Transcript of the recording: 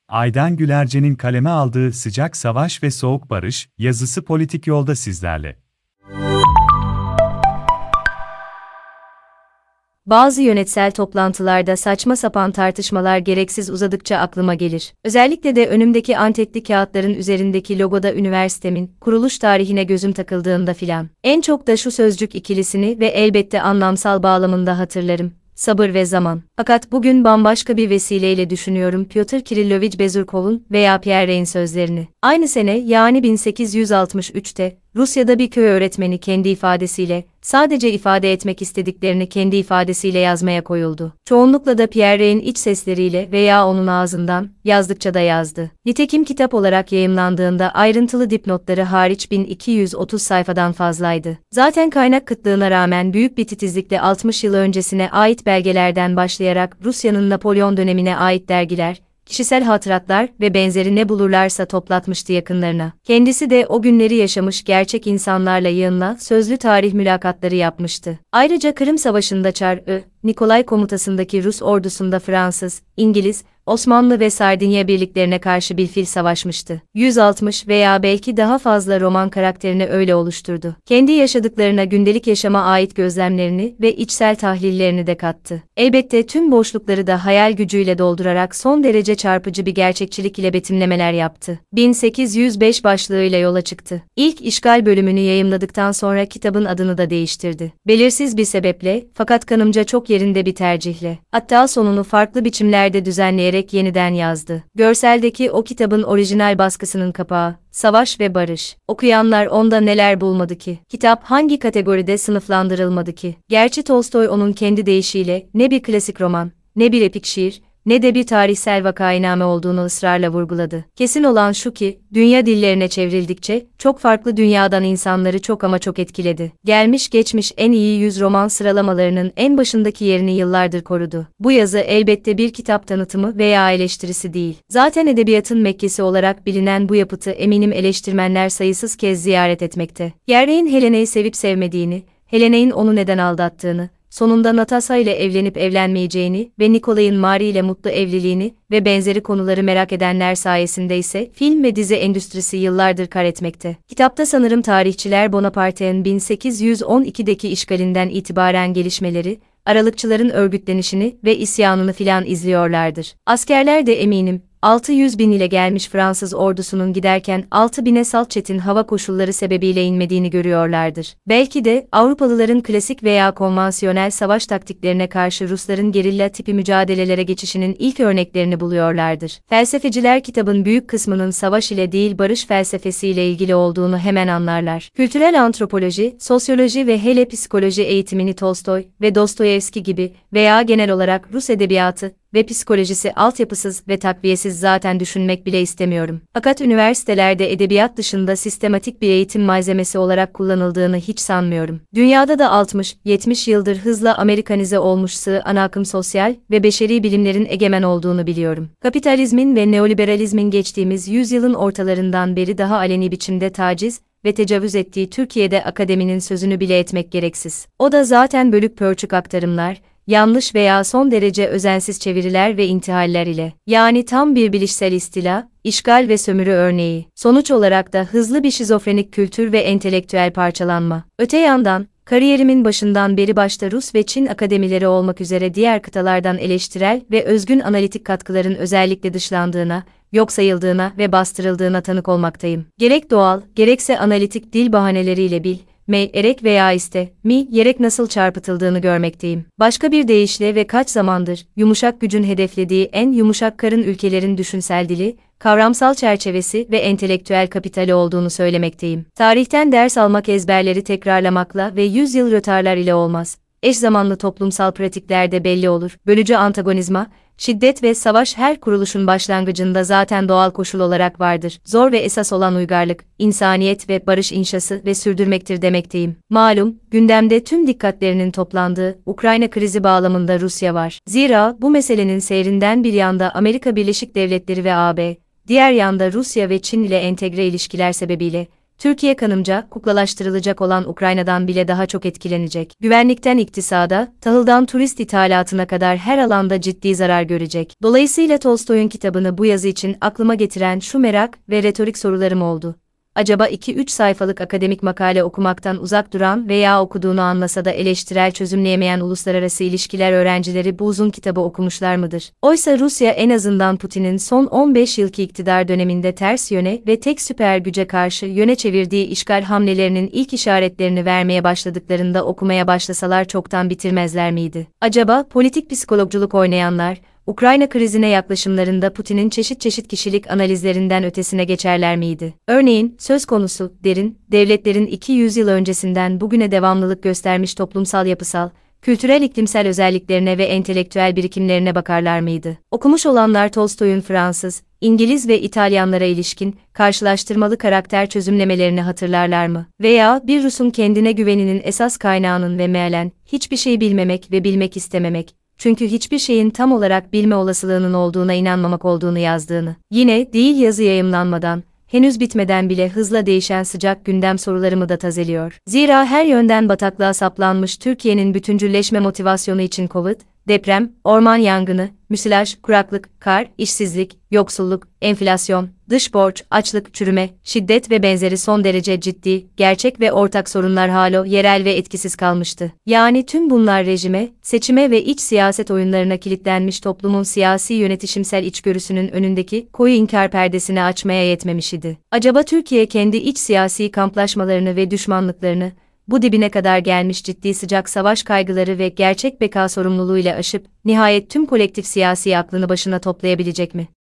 Aydan Gülerce'nin kaleme aldığı Sıcak Savaş ve Soğuk Barış yazısı politik yolda sizlerle. Bazı yönetsel toplantılarda saçma sapan tartışmalar gereksiz uzadıkça aklıma gelir. Özellikle de önümdeki antetli kağıtların üzerindeki logoda üniversitemin kuruluş tarihine gözüm takıldığında filan. En çok da şu sözcük ikilisini ve elbette anlamsal bağlamında hatırlarım. Sabır ve zaman. Fakat bugün bambaşka bir vesileyle düşünüyorum Pyotr Kirillovich Bezurkov'un veya Pierre Rey'in sözlerini. Aynı sene yani 1863'te Rusya'da bir köy öğretmeni kendi ifadesiyle, sadece ifade etmek istediklerini kendi ifadesiyle yazmaya koyuldu. Çoğunlukla da Pierre Rey'in iç sesleriyle veya onun ağzından, yazdıkça da yazdı. Nitekim kitap olarak yayımlandığında ayrıntılı dipnotları hariç 1230 sayfadan fazlaydı. Zaten kaynak kıtlığına rağmen büyük bir titizlikle 60 yıl öncesine ait belgelerden başlayarak Rusya'nın Napolyon dönemine ait dergiler, kişisel hatıratlar ve benzeri ne bulurlarsa toplatmıştı yakınlarına. Kendisi de o günleri yaşamış gerçek insanlarla yığınla sözlü tarih mülakatları yapmıştı. Ayrıca Kırım Savaşı'nda Çar Nikolay komutasındaki Rus ordusunda Fransız, İngiliz, Osmanlı ve Sardinya birliklerine karşı bilfil savaşmıştı. 160 veya belki daha fazla roman karakterini öyle oluşturdu. Kendi yaşadıklarına gündelik yaşama ait gözlemlerini ve içsel tahlillerini de kattı. Elbette tüm boşlukları da hayal gücüyle doldurarak son derece çarpıcı bir gerçekçilik ile betimlemeler yaptı. 1805 başlığıyla yola çıktı. İlk işgal bölümünü yayımladıktan sonra kitabın adını da değiştirdi. Belirsiz bir sebeple, fakat kanımca çok yerinde bir tercihle. Hatta sonunu farklı biçimlerde düzenleyerek yeniden yazdı. Görseldeki o kitabın orijinal baskısının kapağı, Savaş ve Barış. Okuyanlar onda neler bulmadı ki? Kitap hangi kategoride sınıflandırılmadı ki? Gerçi Tolstoy onun kendi deyişiyle ne bir klasik roman, ne bir epik şiir, ne de bir tarihsel vakainame olduğunu ısrarla vurguladı. Kesin olan şu ki, dünya dillerine çevrildikçe, çok farklı dünyadan insanları çok ama çok etkiledi. Gelmiş geçmiş en iyi 100 roman sıralamalarının en başındaki yerini yıllardır korudu. Bu yazı elbette bir kitap tanıtımı veya eleştirisi değil. Zaten edebiyatın Mekkesi olarak bilinen bu yapıtı eminim eleştirmenler sayısız kez ziyaret etmekte. Yerreğin Helena'yı sevip sevmediğini, Helena'nın onu neden aldattığını, sonunda Natasha ile evlenip evlenmeyeceğini ve Nikolay'ın Mari ile mutlu evliliğini ve benzeri konuları merak edenler sayesinde ise film ve dizi endüstrisi yıllardır kar etmekte. Kitapta sanırım tarihçiler Bonaparte'ın 1812'deki işgalinden itibaren gelişmeleri, Aralıkçıların örgütlenişini ve isyanını filan izliyorlardır. Askerler de eminim, 600.000 ile gelmiş Fransız ordusunun giderken 6.000'e salt çetin hava koşulları sebebiyle inmediğini görüyorlardır. Belki de Avrupalıların klasik veya konvansiyonel savaş taktiklerine karşı Rusların gerilla tipi mücadelelere geçişinin ilk örneklerini buluyorlardır. Felsefeciler kitabın büyük kısmının savaş ile değil barış felsefesiyle ilgili olduğunu hemen anlarlar. Kültürel antropoloji, sosyoloji ve hele psikoloji eğitimini Tolstoy ve Dostoyevski gibi veya genel olarak Rus edebiyatı ve psikolojisi altyapısız ve takviyesiz zaten düşünmek bile istemiyorum. Fakat üniversitelerde edebiyat dışında sistematik bir eğitim malzemesi olarak kullanıldığını hiç sanmıyorum. Dünyada da 60-70 yıldır hızla Amerikanize olmuş sığ ana akım sosyal ve beşeri bilimlerin egemen olduğunu biliyorum. Kapitalizmin ve neoliberalizmin geçtiğimiz yüzyılın ortalarından beri daha aleni biçimde taciz ve tecavüz ettiği Türkiye'de akademinin sözünü bile etmek gereksiz. O da zaten bölük pörçük aktarımlar, yanlış veya son derece özensiz çeviriler ve intihaller ile, yani tam bir bilişsel istila, işgal ve sömürü örneği. Sonuç olarak da hızlı bir şizofrenik kültür ve entelektüel parçalanma. Öte yandan, kariyerimin başından beri başta Rus ve Çin akademileri olmak üzere diğer kıtalardan eleştirel ve özgün analitik katkıların özellikle dışlandığına, yok sayıldığına ve bastırıldığına tanık olmaktayım. Gerek doğal, gerekse analitik dil bahaneleriyle erek veya yerek nasıl çarpıtıldığını görmekteyim. Başka bir deyişle ve kaç zamandır, yumuşak gücün hedeflediği en yumuşak karın ülkelerin düşünsel dili, kavramsal çerçevesi ve entelektüel kapitali olduğunu söylemekteyim. Tarihten ders almak ezberleri tekrarlamakla ve yüzyıl rötarlar ile olmaz. Eş zamanlı toplumsal pratiklerde belli olur. Bölücü antagonizma, şiddet ve savaş her kuruluşun başlangıcında zaten doğal koşul olarak vardır. Zor ve esas olan uygarlık, insaniyet ve barış inşası ve sürdürmektir demekteyim. Malum, gündemde tüm dikkatlerinin toplandığı Ukrayna krizi bağlamında Rusya var. Zira bu meselenin seyrinden bir yanda Amerika Birleşik Devletleri ve AB, diğer yanda Rusya ve Çin ile entegre ilişkiler sebebiyle, Türkiye kanımca kuklalaştırılacak olan Ukrayna'dan bile daha çok etkilenecek. Güvenlikten iktisada, tahıldan turist ithalatına kadar her alanda ciddi zarar görecek. Dolayısıyla Tolstoy'un kitabını bu yazı için aklıma getiren şu merak ve retorik sorularım oldu. Acaba 2-3 sayfalık akademik makale okumaktan uzak duran veya okuduğunu anlasa da eleştirel çözümleyemeyen uluslararası ilişkiler öğrencileri bu uzun kitabı okumuşlar mıdır? Oysa Rusya en azından Putin'in son 15 yılki iktidar döneminde ters yöne ve tek süper güce karşı yöne çevirdiği işgal hamlelerinin ilk işaretlerini vermeye başladıklarında okumaya başlasalar çoktan bitirmezler miydi? Acaba politik psikologculuk oynayanlar, Ukrayna krizine yaklaşımlarında Putin'in çeşit çeşit kişilik analizlerinden ötesine geçerler miydi? Örneğin, söz konusu, derin, devletlerin 200 yıl öncesinden bugüne devamlılık göstermiş toplumsal yapısal, kültürel iklimsel özelliklerine ve entelektüel birikimlerine bakarlar mıydı? Okumuş olanlar Tolstoy'un Fransız, İngiliz ve İtalyanlara ilişkin, karşılaştırmalı karakter çözümlemelerini hatırlarlar mı? Veya bir Rus'un kendine güveninin esas kaynağının ve mealen, hiçbir şey bilmemek ve bilmek istememek, çünkü hiçbir şeyin tam olarak bilme olasılığının olduğuna inanmamak olduğunu yazdığını. Yine, değil yazı yayımlanmadan, henüz bitmeden bile hızla değişen sıcak gündem sorularımı da tazeliyor. Zira her yönden bataklığa saplanmış Türkiye'nin bütüncülleşme motivasyonu için Covid, deprem, orman yangını, müsilaj, kuraklık, kar, işsizlik, yoksulluk, enflasyon, dış borç, açlık, çürüme, şiddet ve benzeri son derece ciddi, gerçek ve ortak sorunlar halo yerel ve etkisiz kalmıştı. Yani tüm bunlar rejime, seçime ve iç siyaset oyunlarına kilitlenmiş toplumun siyasi yönetişimsel içgörüsünün önündeki koyu inkar perdesini açmaya yetmemiş idi. Acaba Türkiye kendi iç siyasi kamplaşmalarını ve düşmanlıklarını, bu dibine kadar gelmiş ciddi sıcak savaş kaygıları ve gerçek beka sorumluluğuyla aşıp, nihayet tüm kolektif siyasi aklını başına toplayabilecek mi?